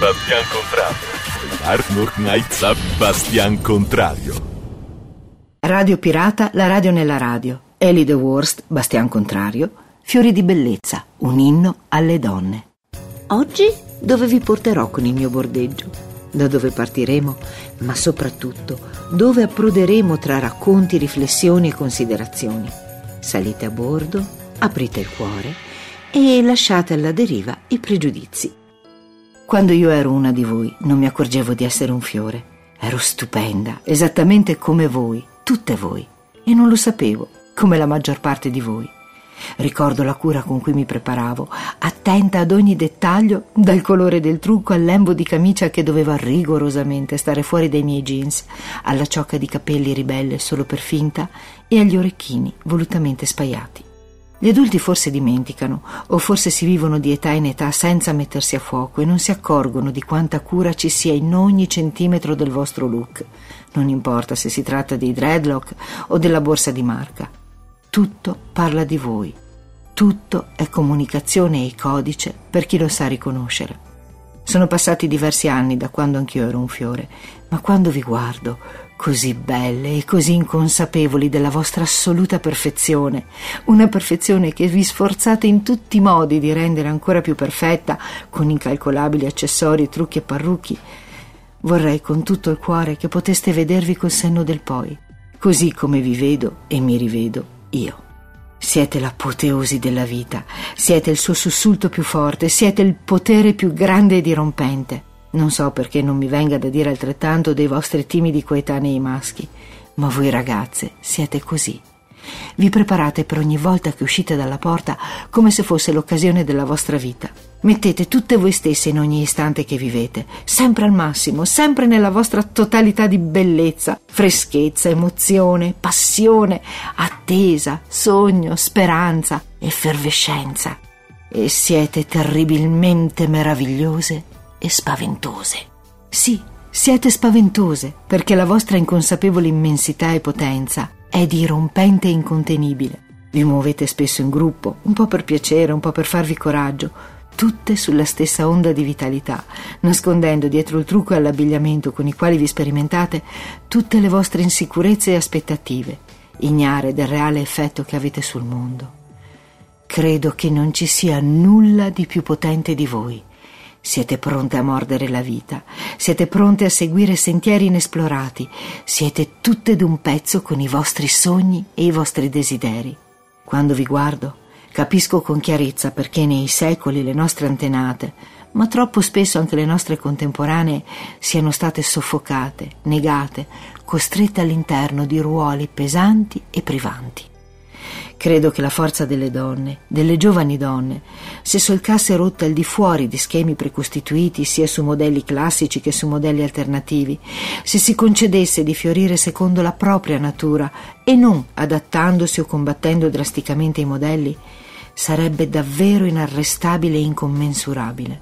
Bastian Contrario. Arnold Knight, Bastian Contrario. Radio Pirata, la radio nella radio. Ellie the Worst, Bastian Contrario. Fiori di bellezza, un inno alle donne. Oggi dove vi porterò con il mio bordeggio? Da dove partiremo, ma soprattutto dove approderemo tra racconti, riflessioni e considerazioni. Salite a bordo, aprite il cuore e lasciate alla deriva i pregiudizi. Quando io ero una di voi non mi accorgevo di essere un fiore. Ero stupenda, esattamente come voi, tutte voi, e non lo sapevo, come la maggior parte di voi. Ricordo la cura con cui mi preparavo, attenta ad ogni dettaglio, dal colore del trucco al lembo di camicia che doveva rigorosamente stare fuori dai miei jeans, alla ciocca di capelli ribelle solo per finta e agli orecchini volutamente spaiati. Gli adulti forse dimenticano, o forse si vivono di età in età senza mettersi a fuoco e non si accorgono di quanta cura ci sia in ogni centimetro del vostro look. Non importa se si tratta dei dreadlock o della borsa di marca. Tutto parla di voi. Tutto è comunicazione e codice per chi lo sa riconoscere. Sono passati diversi anni da quando anch'io ero un fiore, ma quando vi guardo, così belle e così inconsapevoli della vostra assoluta perfezione, una perfezione che vi sforzate in tutti i modi di rendere ancora più perfetta, con incalcolabili accessori, trucchi e parrucchi, vorrei con tutto il cuore che poteste vedervi col senno del poi, così come vi vedo e mi rivedo io. Siete l'apoteosi della vita, siete il suo sussulto più forte, siete il potere più grande e dirompente. Non so perché non mi venga da dire altrettanto dei vostri timidi coetanei maschi, ma voi ragazze siete così. Vi preparate per ogni volta che uscite dalla porta come se fosse l'occasione della vostra vita. Mettete tutte voi stesse in ogni istante che vivete, sempre al massimo, sempre nella vostra totalità di bellezza, freschezza, emozione, passione, attesa, sogno, speranza, effervescenza. E siete terribilmente meravigliose e spaventose. Sì, siete spaventose, perché la vostra inconsapevole immensità e potenza è dirompente e incontenibile. Vi muovete spesso in gruppo, un po' per piacere, un po' per farvi coraggio, tutte sulla stessa onda di vitalità, nascondendo dietro il trucco e l'abbigliamento con i quali vi sperimentate tutte le vostre insicurezze e aspettative, ignare del reale effetto che avete sul mondo. Credo che non ci sia nulla di più potente di voi. Siete pronte a mordere la vita, siete pronte a seguire sentieri inesplorati, siete tutte d'un pezzo con i vostri sogni e i vostri desideri. Quando vi guardo, capisco con chiarezza perché nei secoli le nostre antenate, ma troppo spesso anche le nostre contemporanee, siano state soffocate, negate, costrette all'interno di ruoli pesanti e privanti. Credo che la forza delle donne, delle giovani donne, se solcasse rotta al di fuori di schemi precostituiti sia su modelli classici che su modelli alternativi, se si concedesse di fiorire secondo la propria natura e non adattandosi o combattendo drasticamente i modelli, sarebbe davvero inarrestabile e incommensurabile.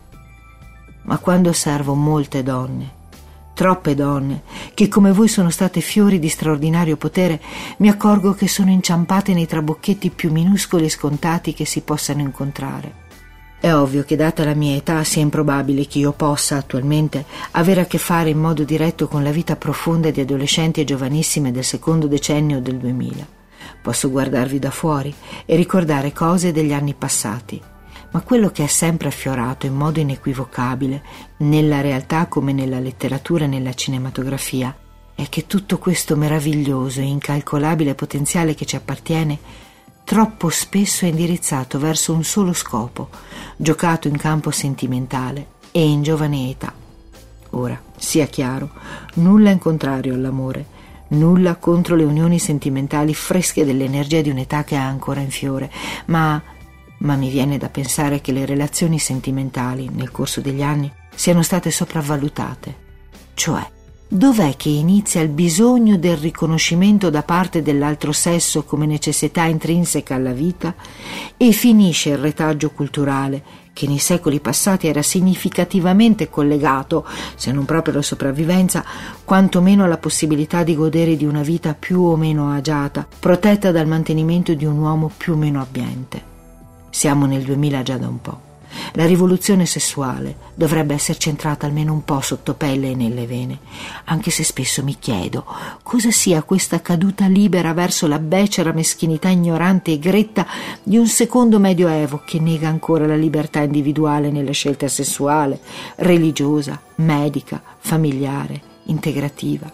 Ma quando osservo molte donne, troppe donne, che come voi sono state fiori di straordinario potere, mi accorgo che sono inciampate nei trabocchetti più minuscoli e scontati che si possano incontrare. È ovvio che, data la mia età, sia improbabile che io possa attualmente avere a che fare in modo diretto con la vita profonda di adolescenti e giovanissime del secondo decennio del 2000. Posso guardarvi da fuori e ricordare cose degli anni passati, ma quello che è sempre affiorato in modo inequivocabile, nella realtà come nella letteratura e nella cinematografia, è che tutto questo meraviglioso e incalcolabile potenziale che ci appartiene troppo spesso è indirizzato verso un solo scopo, giocato in campo sentimentale e in giovane età. Ora, sia chiaro, nulla in contrario all'amore, nulla contro le unioni sentimentali fresche dell'energia di un'età che è ancora in fiore, ma mi viene da pensare che le relazioni sentimentali nel corso degli anni siano state sopravvalutate. Cioè, dov'è che inizia il bisogno del riconoscimento da parte dell'altro sesso come necessità intrinseca alla vita e finisce il retaggio culturale che nei secoli passati era significativamente collegato, se non proprio alla sopravvivenza, quantomeno alla possibilità di godere di una vita più o meno agiata, protetta dal mantenimento di un uomo più o meno abbiente. Siamo nel 2000 già da un po'. La rivoluzione sessuale dovrebbe essere centrata almeno un po' sotto pelle e nelle vene, anche se spesso mi chiedo cosa sia questa caduta libera verso la becera meschinità ignorante e gretta di un secondo medioevo che nega ancora la libertà individuale nella scelta sessuale, religiosa, medica, familiare, integrativa.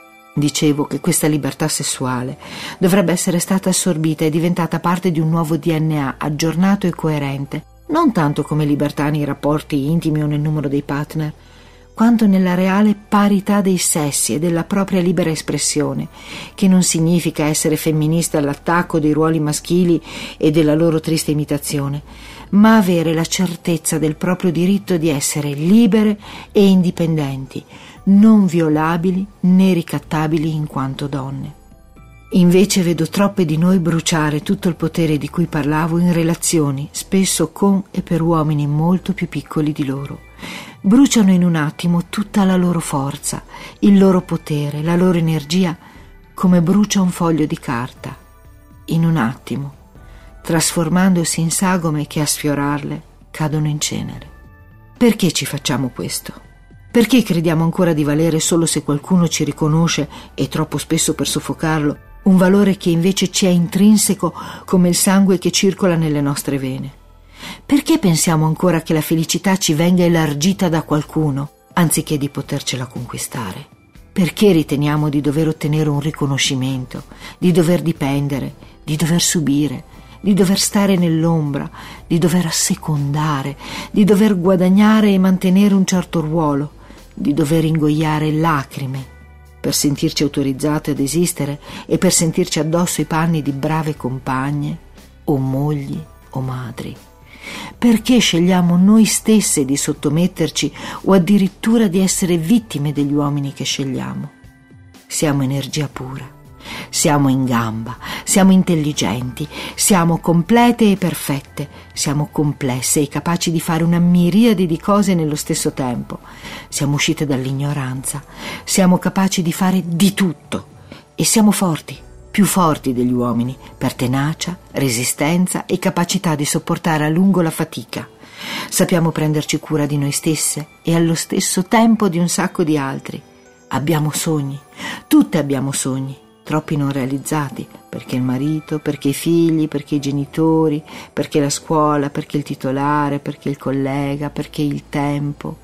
Dicevo che questa libertà sessuale dovrebbe essere stata assorbita e diventata parte di un nuovo DNA aggiornato e coerente, non tanto come libertà nei rapporti intimi o nel numero dei partner, quanto nella reale parità dei sessi e della propria libera espressione, che non significa essere femminista all'attacco dei ruoli maschili e della loro triste imitazione, ma avere la certezza del proprio diritto di essere libere e indipendenti, non violabili né ricattabili in quanto donne. Invece vedo troppe di noi bruciare tutto il potere di cui parlavo in relazioni, spesso con e per uomini molto più piccoli di loro. Bruciano in un attimo tutta la loro forza, il loro potere, la loro energia, come brucia un foglio di carta. In un attimo, trasformandosi in sagome che a sfiorarle cadono in cenere. Perché ci facciamo questo? Perché crediamo ancora di valere solo se qualcuno ci riconosce, e troppo spesso per soffocarlo, un valore che invece ci è intrinseco come il sangue che circola nelle nostre vene? Perché pensiamo ancora che la felicità ci venga elargita da qualcuno, anziché di potercela conquistare? Perché riteniamo di dover ottenere un riconoscimento, di dover dipendere, di dover subire, di dover stare nell'ombra, di dover assecondare, di dover guadagnare e mantenere un certo ruolo, di dover ingoiare lacrime per sentirci autorizzate ad esistere e per sentirci addosso i panni di brave compagne o mogli o madri? Perché scegliamo noi stesse di sottometterci o addirittura di essere vittime degli uomini che scegliamo? Siamo energia pura, siamo in gamba, siamo intelligenti, siamo complete e perfette, siamo complesse e capaci di fare una miriade di cose nello stesso tempo. Siamo uscite dall'ignoranza, siamo capaci di fare di tutto e siamo forti, più forti degli uomini, per tenacia, resistenza e capacità di sopportare a lungo la fatica. Sappiamo prenderci cura di noi stesse e allo stesso tempo di un sacco di altri. Abbiamo sogni, tutte abbiamo sogni, troppi non realizzati, perché il marito, perché i figli, perché i genitori, perché la scuola, perché il titolare, perché il collega, perché il tempo.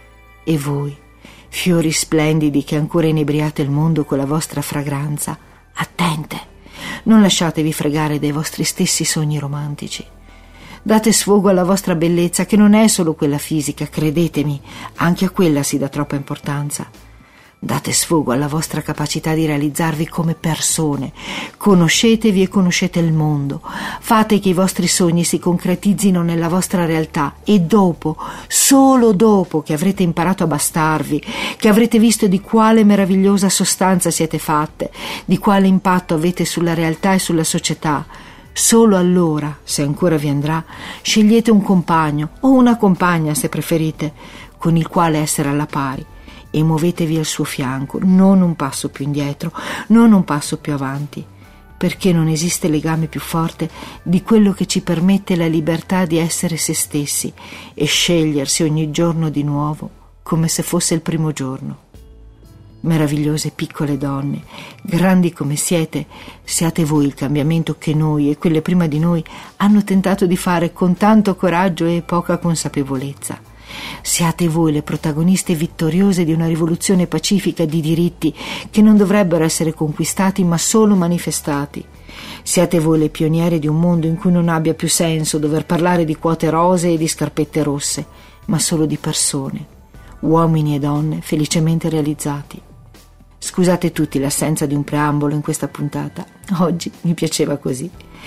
E voi, fiori splendidi che ancora inebriate il mondo con la vostra fragranza, attente, non lasciatevi fregare dai vostri stessi sogni romantici. Date sfogo alla vostra bellezza, che non è solo quella fisica, credetemi, anche a quella si dà troppa importanza. Date sfogo alla vostra capacità di realizzarvi come persone. Conoscetevi e conoscete il mondo. Fate che i vostri sogni si concretizzino nella vostra realtà e dopo, solo dopo che avrete imparato a bastarvi, che avrete visto di quale meravigliosa sostanza siete fatte, di quale impatto avete sulla realtà e sulla società, solo allora, se ancora vi andrà, scegliete un compagno o una compagna, se preferite, con il quale essere alla pari. E muovetevi al suo fianco, non un passo più indietro, non un passo più avanti, perché non esiste legame più forte di quello che ci permette la libertà di essere se stessi e scegliersi ogni giorno di nuovo, come se fosse il primo giorno. Meravigliose piccole donne, grandi come siete, siate voi il cambiamento che noi e quelle prima di noi hanno tentato di fare con tanto coraggio e poca consapevolezza. Siate voi le protagoniste vittoriose di una rivoluzione pacifica di diritti che non dovrebbero essere conquistati ma solo manifestati. Siate voi le pioniere di un mondo in cui non abbia più senso dover parlare di quote rosee e di scarpette rosse, ma solo di persone, uomini e donne felicemente realizzati. Scusate tutti l'assenza di un preambolo in questa puntata, oggi mi piaceva così.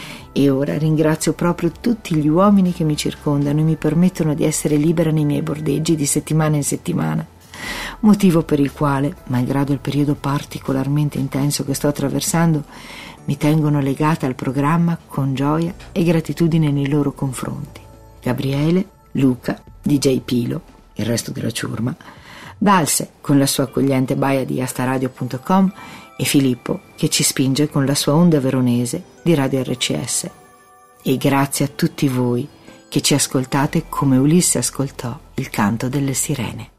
E ora ringrazio proprio tutti gli uomini che mi circondano e mi permettono di essere libera nei miei bordeggi di settimana in settimana, motivo per il quale, malgrado il periodo particolarmente intenso che sto attraversando, mi tengono legata al programma con gioia e gratitudine nei loro confronti. Gabriele, Luca, DJ Pilo, il resto della ciurma, Dalse con la sua accogliente baia di astaradio.com e Filippo che ci spinge con la sua onda veronese di Radio RCS. E grazie a tutti voi che ci ascoltate come Ulisse ascoltò il canto delle sirene.